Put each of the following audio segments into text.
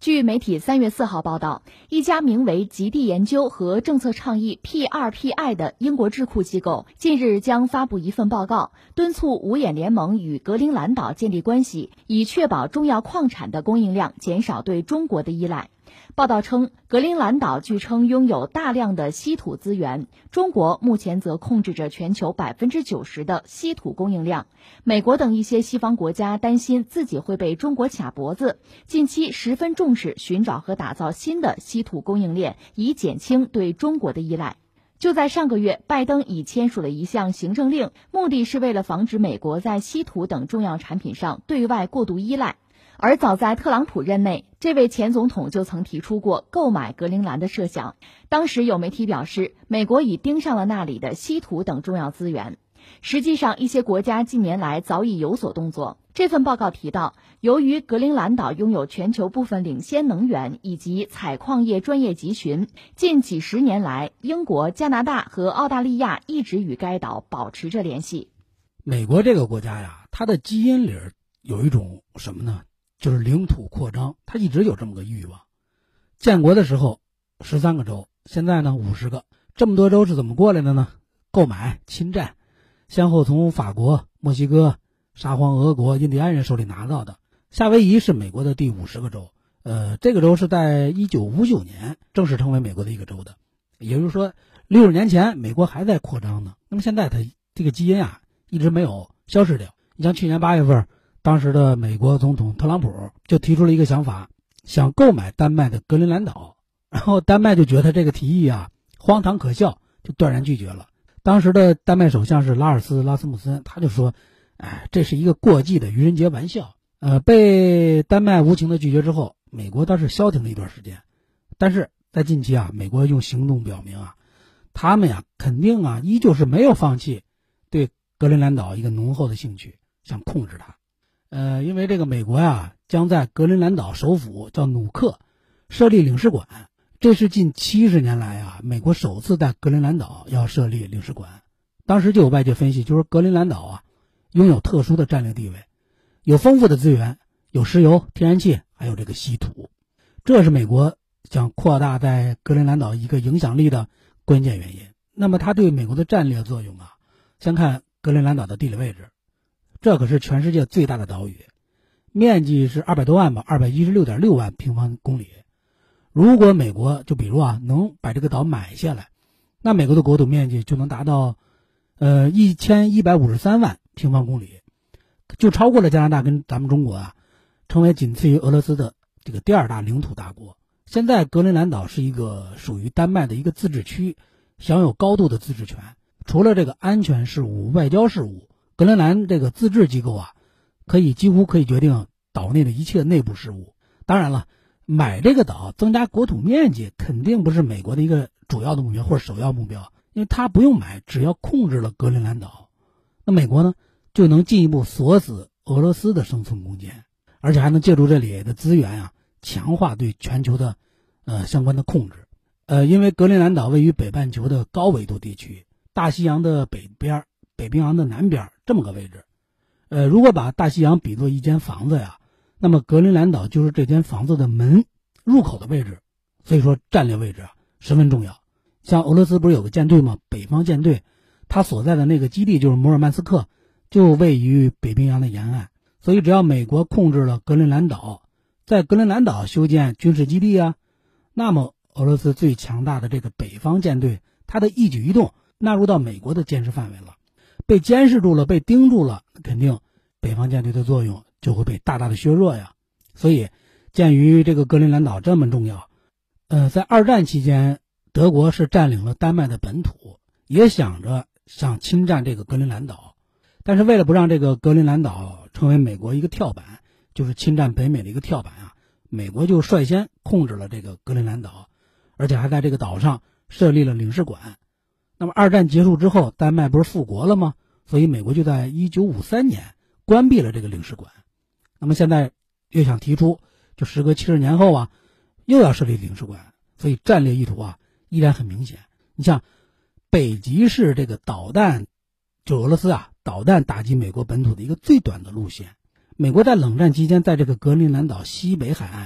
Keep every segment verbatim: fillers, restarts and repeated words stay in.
据媒体三月四号报道，一家名为极地研究和政策倡议 P 二 P I 的英国智库机构近日将发布一份报告，敦促五眼联盟与格陵兰岛建立关系，以确保重要矿产的供应量，减少对中国的依赖。报道称，格陵兰岛据称拥有大量的稀土资源，中国目前则控制着全球 百分之九十 的稀土供应量。美国等一些西方国家担心自己会被中国卡脖子，近期十分重视寻找和打造新的稀土供应链，以减轻对中国的依赖。就在上个月，拜登已签署了一项行政令，目的是为了防止美国在稀土等重要产品上对外过度依赖。而早在特朗普任内，这位前总统就曾提出过购买格陵兰的设想。当时有媒体表示，美国已盯上了那里的稀土等重要资源。实际上，一些国家近年来早已有所动作。这份报告提到，由于格陵兰岛拥有全球部分领先能源以及采矿业专业集群，近几十年来，英国、加拿大和澳大利亚一直与该岛保持着联系。 美国这个国家呀，它的基因里有一种什么呢？就是领土扩张，它一直有这么个欲望。建国的时候十三个州，现在呢五十个，这么多州是怎么过来的呢？购买、侵占，先后从法国、墨西哥、沙皇俄国、印第安人手里拿到的。夏威夷是美国的第五十个州，呃，这个州是在一九五九年正式成为美国的一个州的，也就是说六十年前美国还在扩张呢。那么现在它这个基因啊一直没有消失掉。你像去年八月份。当时的美国总统特朗普就提出了一个想法，想购买丹麦的格陵兰岛，然后丹麦就觉得这个提议啊荒唐可笑，就断然拒绝了。当时的丹麦首相是拉尔斯·拉斯穆森，他就说，哎，这是一个过季的愚人节玩笑。呃，被丹麦无情的拒绝之后，美国倒是消停了一段时间，但是在近期啊，美国用行动表明啊，他们呀肯定啊依旧是没有放弃对格陵兰岛一个浓厚的兴趣，想控制它。呃，因为这个美国呀，将在格陵兰岛首府叫努克设立领事馆，这是近七十年来啊，美国首次在格陵兰岛要设立领事馆。当时就有外界分析，就是格陵兰岛啊，拥有特殊的战略地位，有丰富的资源，有石油、天然气，还有这个稀土，这是美国想扩大在格陵兰岛一个影响力的关键原因。那么它对美国的战略作用啊，先看格陵兰岛的地理位置。这可是全世界最大的岛屿，面积是二百多万吧，二百一十六点六万平方公里。如果美国就比如啊能把这个岛买下来，那美国的国土面积就能达到呃一千一百五十三万平方公里，就超过了加拿大跟咱们中国啊，成为仅次于俄罗斯的这个第二大领土大国。现在格陵兰岛是一个属于丹麦的一个自治区，享有高度的自治权。除了这个安全事务、外交事务，格陵兰这个自治机构啊，可以几乎可以决定岛内的一切内部事务。当然了，买这个岛增加国土面积肯定不是美国的一个主要的目标或者首要目标，因为它不用买，只要控制了格陵兰岛，那美国呢就能进一步锁死俄罗斯的生存空间，而且还能借助这里的资源啊，强化对全球的呃相关的控制。呃，因为格陵兰岛位于北半球的高纬度地区，大西洋的北边，北冰洋的南边这么个位置。呃，如果把大西洋比作一间房子呀，那么格陵兰岛就是这间房子的门入口的位置，所以说战略位置啊十分重要。像俄罗斯不是有个舰队吗？北方舰队，它所在的那个基地就是摩尔曼斯克，就位于北冰洋的沿岸。所以只要美国控制了格陵兰岛，在格陵兰岛修建军事基地啊，那么俄罗斯最强大的这个北方舰队，它的一举一动纳入到美国的监视范围了，被监视住了，被盯住了，肯定北方舰队的作用就会被大大的削弱呀。所以鉴于这个格陵兰岛这么重要，呃，在二战期间，德国是占领了丹麦的本土，也想着想侵占这个格陵兰岛，但是为了不让这个格陵兰岛成为美国一个跳板，就是侵占北美的一个跳板啊，美国就率先控制了这个格陵兰岛，而且还在这个岛上设立了领事馆。那么二战结束之后，丹麦不是复国了吗？所以美国就在一九五三年关闭了这个领事馆。那么现在又想提出，就时隔七十年后啊，又要设立领事馆，所以战略意图啊依然很明显。你像北极是这个导弹，就俄罗斯啊导弹打击美国本土的一个最短的路线。美国在冷战期间在这个格陵兰岛西北海岸啊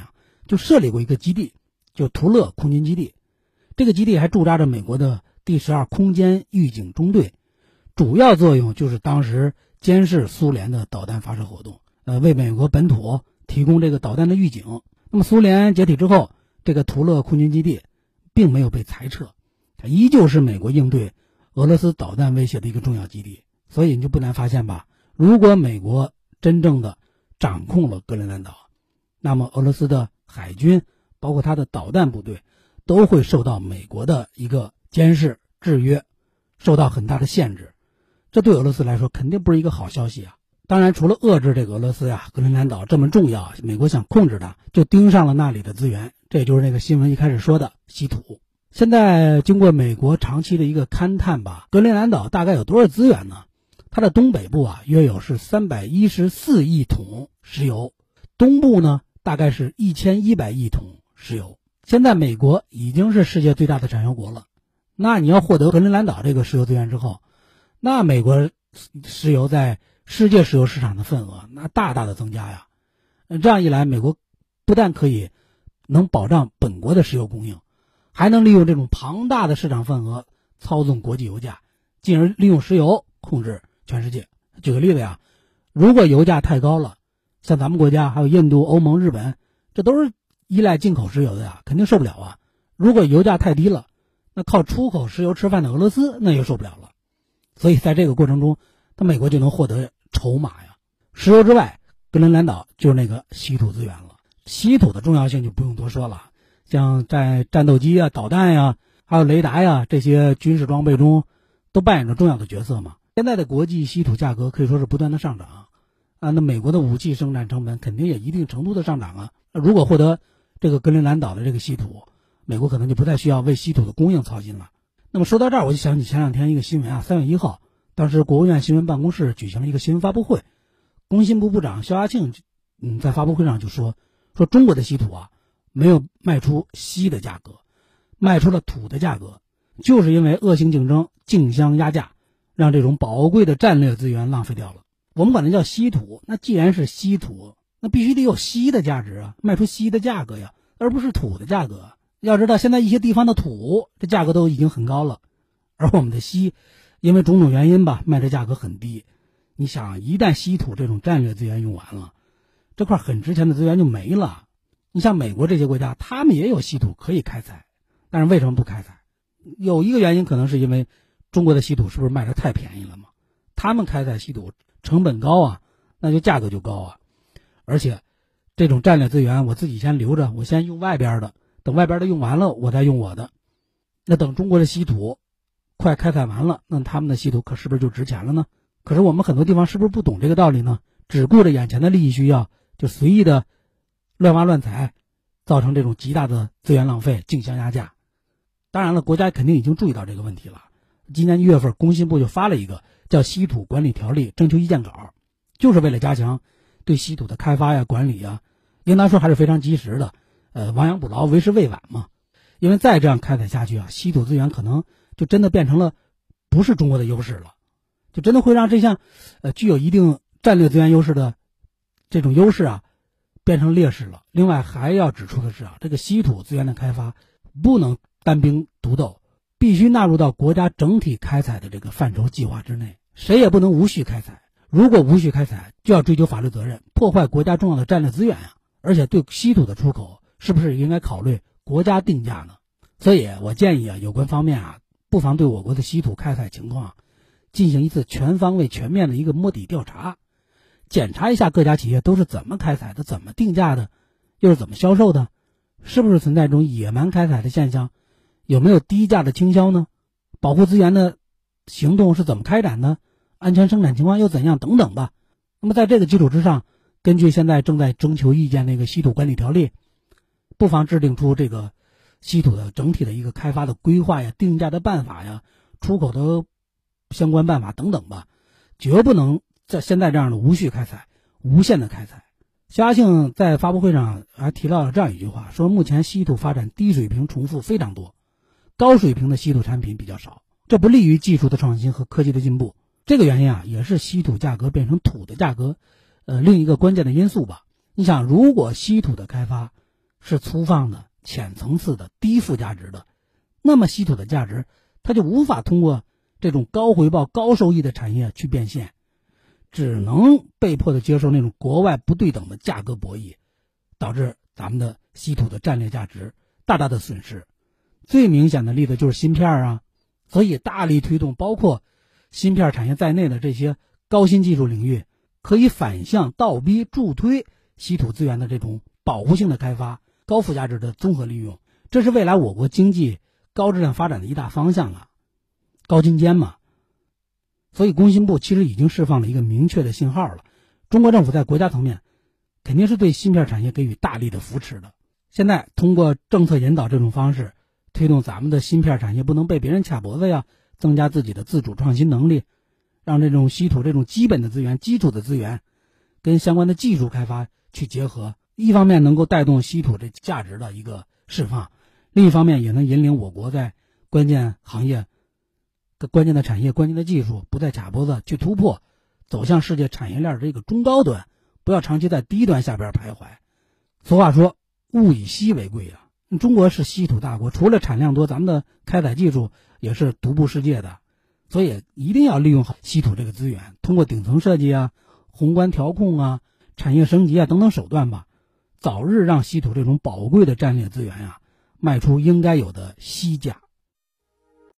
就设立过一个基地，就图勒空军基地。这个基地还驻扎着美国的第十二空间预警中队，主要作用就是当时监视苏联的导弹发射活动，呃，为美国本土提供这个导弹的预警。那么苏联解体之后，这个图勒空军基地并没有被裁撤，它依旧是美国应对俄罗斯导弹威胁的一个重要基地。所以你就不难发现吧，如果美国真正的掌控了格陵兰岛，那么俄罗斯的海军包括它的导弹部队都会受到美国的一个监视制约，受到很大的限制。这对俄罗斯来说肯定不是一个好消息啊。当然除了遏制这个俄罗斯呀，格陵兰岛这么重要，美国想控制它，就盯上了那里的资源，这就是那个新闻一开始说的稀土。现在经过美国长期的一个勘探吧，格陵兰岛大概有多少资源呢？它的东北部啊约有是三百一十四亿桶石油，东部呢大概是一千一百亿桶石油。现在美国已经是世界最大的产油国了，那你要获得格陵兰岛这个石油资源之后，那美国石油在世界石油市场的份额那大大的增加呀。这样一来，美国不但可以能保障本国的石油供应，还能利用这种庞大的市场份额操纵国际油价，进而利用石油控制全世界。举个例子呀，如果油价太高了，像咱们国家还有印度、欧盟、日本，这都是依赖进口石油的呀，肯定受不了啊。如果油价太低了，那靠出口石油吃饭的俄罗斯那也受不了了。所以在这个过程中，那美国就能获得筹码呀。石油之外，格陵兰岛就是那个稀土资源了。稀土的重要性就不用多说了，像在战斗机啊、导弹呀、还有雷达呀这些军事装备中都扮演着重要的角色嘛。现在的国际稀土价格可以说是不断的上涨啊，那美国的武器生产成本肯定也一定程度的上涨啊。如果获得这个格陵兰岛的这个稀土，美国可能就不再需要为稀土的供应操心了。那么说到这儿，我就想起前两天一个新闻啊，三月一号，当时国务院新闻办公室举行了一个新闻发布会，工信部部长肖亚庆嗯在发布会上就说说中国的稀土啊没有卖出锡的价格，卖出了土的价格，就是因为恶性竞争、竞相压价，让这种宝贵的战略资源浪费掉了。我们管它叫稀土，那既然是稀土，那必须得有锡的价值啊，卖出锡的价格呀，而不是土的价格。要知道现在一些地方的土这价格都已经很高了，而我们的锡因为种种原因吧，卖的价格很低。你想一旦稀土这种战略资源用完了，这块很值钱的资源就没了。你像美国这些国家，他们也有稀土可以开采，但是为什么不开采？有一个原因可能是因为中国的稀土是不是卖的太便宜了嘛？他们开采稀土成本高啊，那就价格就高啊。而且这种战略资源我自己先留着，我先用外边的，等外边的用完了我再用我的。那等中国的稀土快开采完了，那他们的稀土可是不是就值钱了呢？可是我们很多地方是不是不懂这个道理呢？只顾着眼前的利益需要，就随意的乱挖乱采，造成这种极大的资源浪费、竞相压价。当然了，国家肯定已经注意到这个问题了。今年一月份，工信部就发了一个叫《稀土管理条例》征求意见稿，就是为了加强对稀土的开发呀、管理呀，应当说还是非常及时的。呃，亡羊补牢，为时未晚嘛。因为再这样开采下去啊，稀土资源可能就真的变成了不是中国的优势了，就真的会让这项呃具有一定战略资源优势的这种优势啊变成劣势了。另外还要指出的是啊，这个稀土资源的开发不能单兵独斗，必须纳入到国家整体开采的这个范畴计划之内，谁也不能无序开采。如果无序开采，就要追究法律责任，破坏国家重要的战略资源啊！而且对稀土的出口，是不是应该考虑国家定价呢？所以我建议啊，有关方面啊，不妨对我国的稀土开采情况进行一次全方位、全面的一个摸底调查，检查一下各家企业都是怎么开采的、怎么定价的，又是怎么销售的，是不是存在这种野蛮开采的现象，有没有低价的倾销呢？保护资源的行动是怎么开展的？安全生产情况又怎样等等吧。那么在这个基础之上，根据现在正在征求意见那个稀土管理条例，不妨制定出这个稀土的整体的一个开发的规划呀、定价的办法呀、出口的相关办法等等吧，绝不能在现在这样的无序开采、无限的开采。肖亚庆在发布会上还提到了这样一句话，说目前稀土发展低水平重复非常多，高水平的稀土产品比较少，这不利于技术的创新和科技的进步。这个原因啊，也是稀土价格变成土的价格呃，另一个关键的因素吧。你想，如果稀土的开发是粗放的、浅层次的、低附加值的，那么稀土的价值它就无法通过这种高回报、高收益的产业去变现，只能被迫的接受那种国外不对等的价格博弈，导致咱们的稀土的战略价值大大的损失。最明显的例子就是芯片啊，所以大力推动包括芯片产业在内的这些高新技术领域，可以反向倒逼助推稀土资源的这种保护性的开发、高附加值的综合利用，这是未来我国经济高质量发展的一大方向啊，高精尖嘛。所以工信部其实已经释放了一个明确的信号了，中国政府在国家层面肯定是对芯片产业给予大力的扶持的。现在通过政策引导这种方式，推动咱们的芯片产业不能被别人卡脖子呀，增加自己的自主创新能力，让这种稀土这种基本的资源、基础的资源跟相关的技术开发去结合，一方面能够带动稀土这价值的一个释放，另一方面也能引领我国在关键行业、关键的产业、关键的技术不再卡脖子去突破，走向世界产业链这个中高端，不要长期在低端下边徘徊。俗话说物以稀为贵啊，中国是稀土大国，除了产量多，咱们的开采技术也是独步世界的，所以一定要利用好稀土这个资源，通过顶层设计啊、宏观调控啊、产业升级啊等等手段吧，早日让稀土这种宝贵的战略资源啊卖出应该有的稀价。